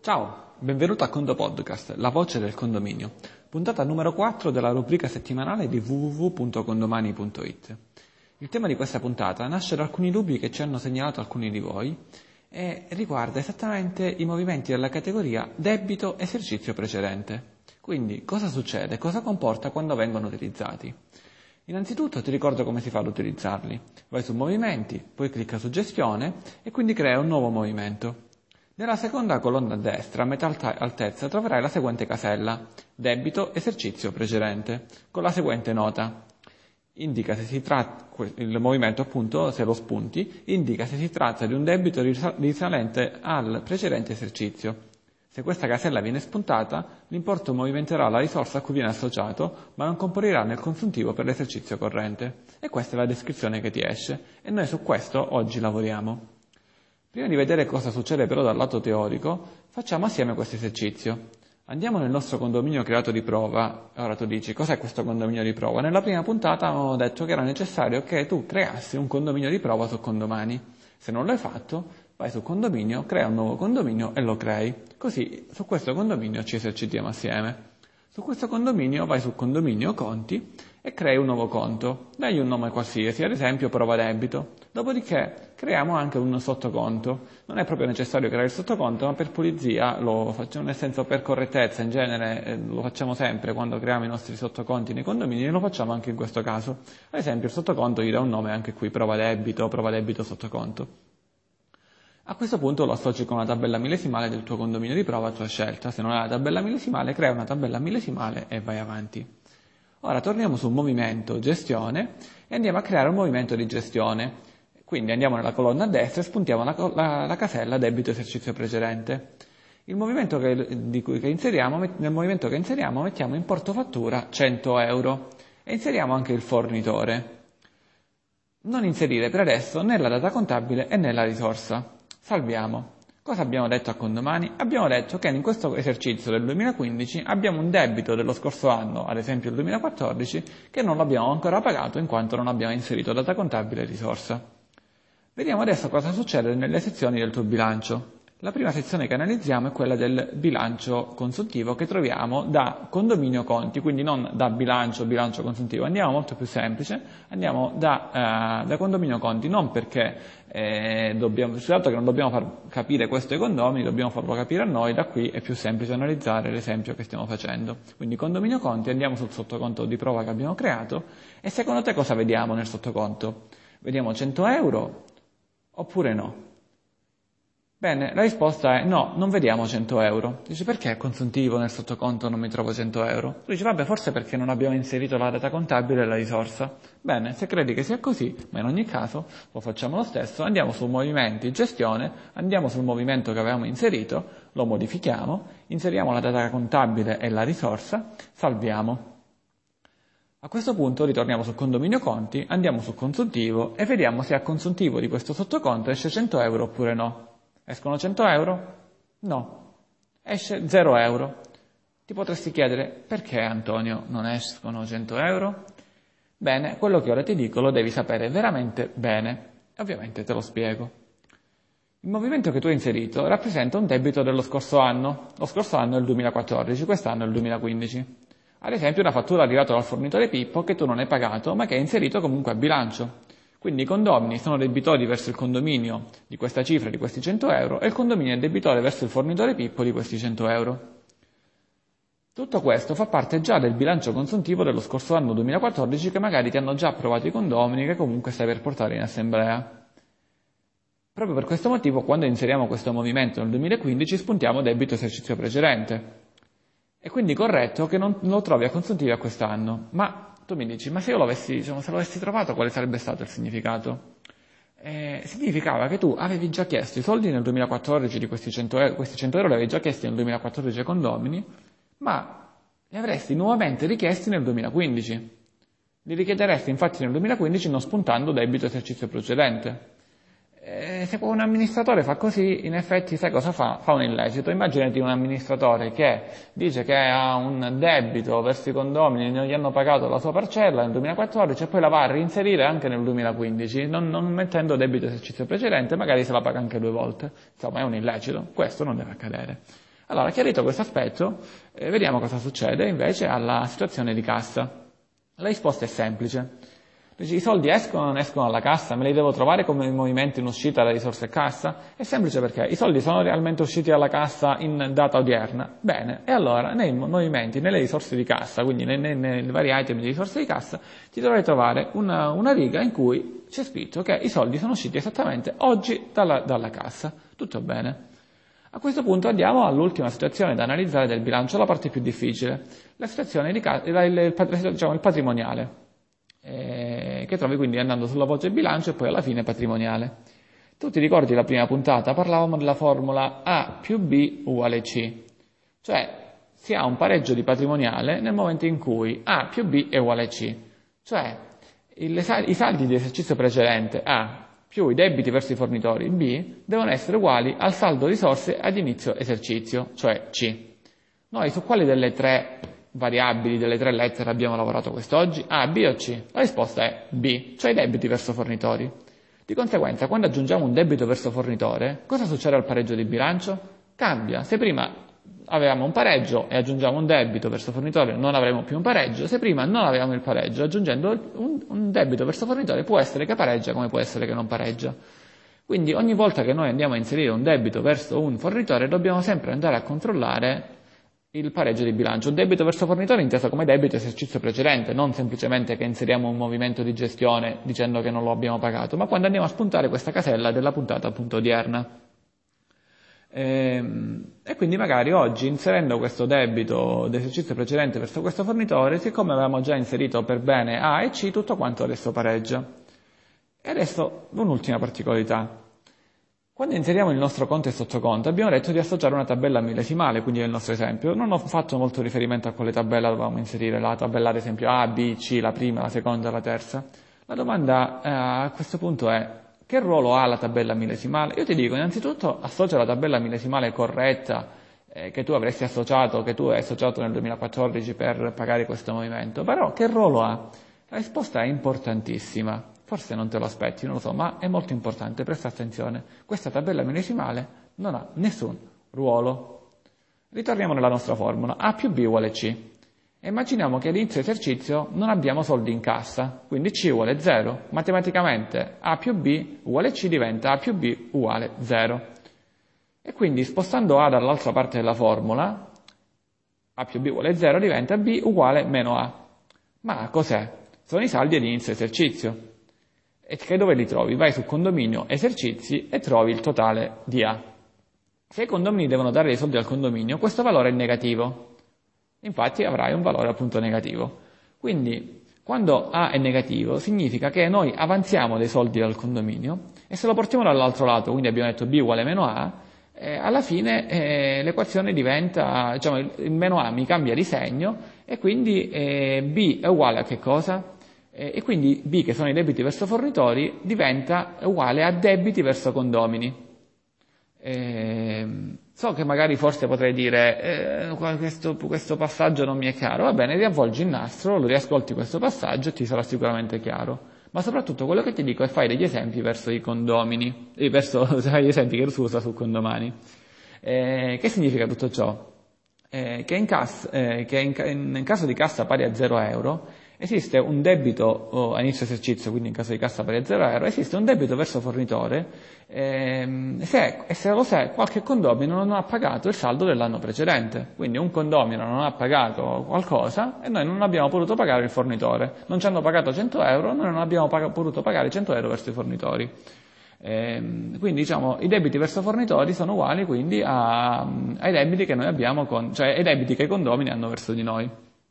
Ciao, benvenuto a Condo Podcast, la voce del condominio, puntata numero 4 della rubrica settimanale di www.condomani.it. Il tema di questa puntata nasce da alcuni dubbi che ci hanno segnalato alcuni di voi e riguarda esattamente i movimenti della categoria debito esercizio precedente. Quindi, cosa succede? Cosa comporta quando vengono utilizzati? Innanzitutto ti ricordo come si fa ad utilizzarli. Vai su movimenti, poi clicca su gestione e quindi crea un nuovo movimento. Nella seconda colonna a destra, a metà altezza, troverai la seguente casella, debito esercizio precedente, con la seguente nota. Indica se si tratta, il movimento appunto, se lo spunti, indica se si tratta di un debito risalente al precedente esercizio. Se questa casella viene spuntata, l'importo movimenterà la risorsa a cui viene associato, ma non comparirà nel consuntivo per l'esercizio corrente. E questa è la descrizione che ti esce, e noi su questo oggi lavoriamo. Prima di vedere cosa succede però dal lato teorico, facciamo assieme questo esercizio. Andiamo nel nostro condominio creato di prova. Ora tu dici, cos'è questo condominio di prova? Nella prima puntata avevamo detto che era necessario che tu creassi un condominio di prova su Condomani. Se non l'hai fatto, vai su condominio, crea un nuovo condominio e lo crei. Così su questo condominio ci esercitiamo assieme. Su questo condominio vai su condominio conti e crei un nuovo conto. Dagli un nome qualsiasi, ad esempio prova debito. Dopodiché creiamo anche un sottoconto. Non è proprio necessario creare il sottoconto, ma per pulizia lo facciamo, nel senso per correttezza in genere lo facciamo sempre quando creiamo i nostri sottoconti nei condomini e lo facciamo anche in questo caso. Ad esempio il sottoconto gli dà un nome anche qui, prova debito sottoconto. A questo punto lo associ con una tabella millesimale del tuo condominio di prova a tua scelta. Se non hai la tabella millesimale, crea una tabella millesimale e vai avanti. Ora torniamo su movimento, gestione e andiamo a creare un movimento di gestione. Quindi andiamo nella colonna a destra e spuntiamo la casella debito esercizio precedente. Il movimento che inseriamo, nel movimento che inseriamo mettiamo importo fattura 100 euro e inseriamo anche il fornitore. Non inserire per adesso né la data contabile né la risorsa. Salviamo. Cosa abbiamo detto a Condomani? Abbiamo detto che in questo esercizio del 2015 abbiamo un debito dello scorso anno, ad esempio il 2014, che non l'abbiamo ancora pagato in quanto non abbiamo inserito data contabile e risorsa. Vediamo adesso cosa succede nelle sezioni del tuo bilancio. La prima sezione che analizziamo è quella del bilancio consuntivo che troviamo da condominio conti, quindi non da bilancio consuntivo, andiamo molto più semplice, andiamo da condominio conti, non perché scusate che non dobbiamo far capire questo ai condomini, dobbiamo farlo capire a noi, da qui è più semplice analizzare l'esempio che stiamo facendo. Quindi condominio conti, andiamo sul sottoconto di prova che abbiamo creato e secondo te cosa vediamo nel sottoconto? Vediamo 100 euro oppure no? Bene, la risposta è no, non vediamo 100 euro. Dici perché a consuntivo nel sottoconto non mi trovo 100 euro? Tu dici vabbè forse perché non abbiamo inserito la data contabile e la risorsa. Bene, se credi che sia così, ma in ogni caso lo facciamo lo stesso, andiamo su movimenti, gestione, andiamo sul movimento che avevamo inserito, lo modifichiamo, inseriamo la data contabile e la risorsa, salviamo. A questo punto ritorniamo sul condominio conti, andiamo sul consuntivo e vediamo se a consuntivo di questo sottoconto esce 100 euro oppure no. Escono 100 euro? No. Esce 0 euro. Ti potresti chiedere, perché Antonio non escono 100 euro? Bene, quello che ora ti dico lo devi sapere veramente bene. E ovviamente te lo spiego. Il movimento che tu hai inserito rappresenta un debito dello scorso anno. Lo scorso anno è il 2014, quest'anno è il 2015. Ad esempio una fattura arrivata dal fornitore Pippo che tu non hai pagato, ma che hai inserito comunque a bilancio. Quindi i condomini sono debitori verso il condominio di questa cifra, di questi 100 euro, e il condominio è debitore verso il fornitore Pippo di questi 100 euro. Tutto questo fa parte già del bilancio consuntivo dello scorso anno 2014 che magari ti hanno già approvato i condomini che comunque stai per portare in assemblea. Proprio per questo motivo, quando inseriamo questo movimento nel 2015, spuntiamo debito esercizio precedente. È quindi corretto che non lo trovi a consuntivo a quest'anno, ma tu mi dici, ma se io se l'avessi trovato, quale sarebbe stato il significato? Significava che tu avevi già chiesto i soldi nel 2014 di questi 100 euro li avevi già chiesti nel 2014 ai condomini, ma li avresti nuovamente richiesti nel 2015. Li richiederesti infatti nel 2015 non spuntando debito esercizio precedente. Se un amministratore fa così, in effetti sai cosa fa? Fa un illecito. Immaginati un amministratore che dice che ha un debito verso i condomini, non gli hanno pagato la sua parcella nel 2014 e poi la va a reinserire anche nel 2015, non mettendo debito esercizio precedente, magari se la paga anche 2 volte. Insomma, è un illecito. Questo non deve accadere. Allora, chiarito questo aspetto, vediamo cosa succede invece alla situazione di cassa. La risposta è semplice. Dici, i soldi escono o non escono dalla cassa? Me li devo trovare come movimento in uscita da risorse e cassa? È semplice perché i soldi sono realmente usciti dalla cassa in data odierna. Bene, e allora nei movimenti, nelle risorse di cassa, quindi nei vari item di risorse di cassa, ti dovrai trovare una riga in cui c'è scritto che i soldi sono usciti esattamente oggi dalla cassa. Tutto bene. A questo punto andiamo all'ultima situazione da analizzare del bilancio, la parte più difficile, la situazione il patrimoniale, che trovi quindi andando sulla voce bilancio e poi alla fine patrimoniale. Tu ti ricordi la prima puntata? Parlavamo della formula A più B uguale C, cioè si ha un pareggio di patrimoniale nel momento in cui A più B è uguale a C, cioè i saldi di esercizio precedente A più i debiti verso i fornitori B devono essere uguali al saldo risorse ad inizio esercizio, cioè C. Noi su quali delle tre variabili, delle tre lettere abbiamo lavorato quest'oggi? A, B o C? La risposta è B, cioè i debiti verso fornitori. Di conseguenza, quando aggiungiamo un debito verso fornitore, cosa succede al pareggio di bilancio? Cambia. Se prima avevamo un pareggio e aggiungiamo un debito verso fornitore, non avremo più un pareggio. Se prima non avevamo il pareggio, aggiungendo un debito verso fornitore, può essere che pareggia come può essere che non pareggia. Quindi ogni volta che noi andiamo a inserire un debito verso un fornitore, dobbiamo sempre andare a controllare il pareggio di bilancio. Un debito verso fornitore inteso come debito esercizio precedente, non semplicemente che inseriamo un movimento di gestione dicendo che non lo abbiamo pagato, ma quando andiamo a spuntare questa casella della puntata appunto odierna. E quindi magari oggi, inserendo questo debito d'esercizio precedente verso questo fornitore, siccome avevamo già inserito per bene A e C, tutto quanto adesso pareggia. E adesso un'ultima particolarità. Quando inseriamo il nostro conto e sottoconto abbiamo detto di associare una tabella millesimale, quindi nel nostro esempio. Non ho fatto molto riferimento a quale tabella dovevamo inserire, la tabella ad esempio A, B, C, la prima, la seconda, la terza. La domanda a questo punto è: che ruolo ha la tabella millesimale? Io ti dico, innanzitutto, associa la tabella millesimale corretta che tu avresti associato, che tu hai associato nel 2014 per pagare questo movimento. Però che ruolo ha? La risposta è importantissima. Forse non te lo aspetti, non lo so, ma è molto importante, presta attenzione. Questa tabella millesimale non ha nessun ruolo. Ritorniamo nella nostra formula. A più B uguale C. E immaginiamo che all'inizio esercizio non abbiamo soldi in cassa, quindi C uguale 0. Matematicamente A più B uguale C diventa A più B uguale 0. E quindi spostando A dall'altra parte della formula, A più B uguale 0 diventa B uguale meno A. Ma cos'è? Sono i saldi ad inizio esercizio. E che dove li trovi? Vai su condominio esercizi e trovi il totale di A. Se i condomini devono dare dei soldi al condominio, questo valore è negativo. Infatti avrai un valore appunto negativo. Quindi quando A è negativo significa che noi avanziamo dei soldi dal condominio e se lo portiamo dall'altro lato, quindi abbiamo detto B uguale meno A, alla fine l'equazione diventa, diciamo, il meno A mi cambia di segno e quindi B è uguale a che cosa? E quindi B, che sono i debiti verso fornitori, diventa uguale a debiti verso condomini. So che magari forse potrei dire questo passaggio non mi è chiaro. Va bene, riavvolgi il nastro, lo riascolti questo passaggio e ti sarà sicuramente chiaro. Ma soprattutto quello che ti dico è fai degli esempi verso i condomini, verso gli esempi che si usa su condomani. Che significa tutto ciò? Che in caso di cassa pari a 0 euro esiste un debito a inizio esercizio, quindi in caso di cassa pari a 0 euro, esiste un debito verso fornitore se qualche condomino non ha pagato il saldo dell'anno precedente. Quindi un condomino non ha pagato qualcosa e noi non abbiamo potuto pagare il fornitore. Non ci hanno pagato 100 euro, noi non abbiamo potuto pagare 100 euro verso i fornitori. Quindi diciamo i debiti verso fornitori sono uguali quindi ai debiti che noi abbiamo cioè ai debiti che i condomini hanno verso di noi.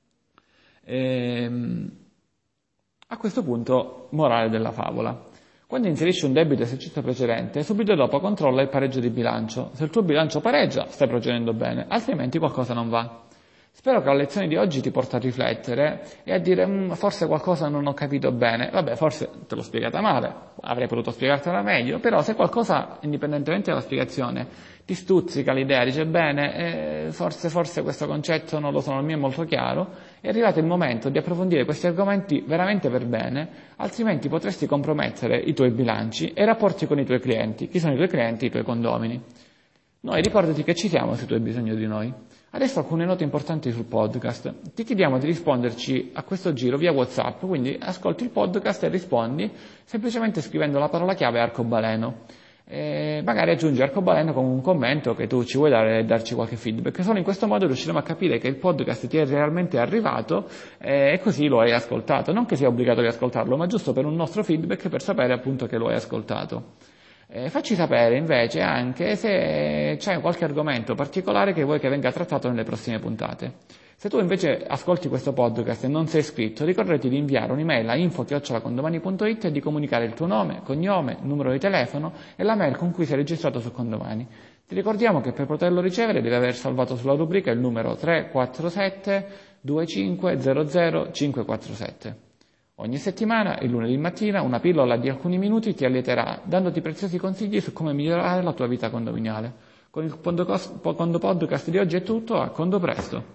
A questo punto, morale della favola. Quando inserisci un debito esercizio precedente, subito dopo controlla il pareggio di bilancio. Se il tuo bilancio pareggia, stai procedendo bene, altrimenti qualcosa non va. Spero che la lezione di oggi ti porti a riflettere e a dire forse qualcosa non ho capito bene. Vabbè, forse te l'ho spiegata male, avrei potuto spiegartela meglio, però se qualcosa, indipendentemente dalla spiegazione, ti stuzzica l'idea, dice bene, forse questo concetto non lo so, non mi è molto chiaro, è arrivato il momento di approfondire questi argomenti veramente per bene, altrimenti potresti compromettere i tuoi bilanci e i rapporti con i tuoi clienti. Chi sono i tuoi clienti? I tuoi condomini. Noi ricordati che ci siamo se tu hai bisogno di noi. Adesso alcune note importanti sul podcast. Ti chiediamo di risponderci a questo giro via WhatsApp, quindi ascolti il podcast e rispondi semplicemente scrivendo la parola chiave arcobaleno. Magari aggiungi arcobaleno con un commento che tu ci vuoi dare e darci qualche feedback. Solo in questo modo riusciremo a capire che il podcast ti è realmente arrivato e così lo hai ascoltato. Non che sia obbligatorio ascoltarlo, ma giusto per un nostro feedback, per sapere appunto che lo hai ascoltato. Facci sapere invece anche se c'è qualche argomento particolare che vuoi che venga trattato nelle prossime puntate. Se tu invece ascolti questo podcast e non sei iscritto, ricordati di inviare un'email a info@condomani.it e di comunicare il tuo nome, cognome, numero di telefono e la mail con cui sei registrato su Condomani. Ti ricordiamo che per poterlo ricevere devi aver salvato sulla rubrica il numero 347 2500 547. Ogni settimana, il lunedì mattina, una pillola di alcuni minuti ti allieterà, dandoti preziosi consigli su come migliorare la tua vita condominiale. Con il Condo Podcast di oggi è tutto, a Condo presto!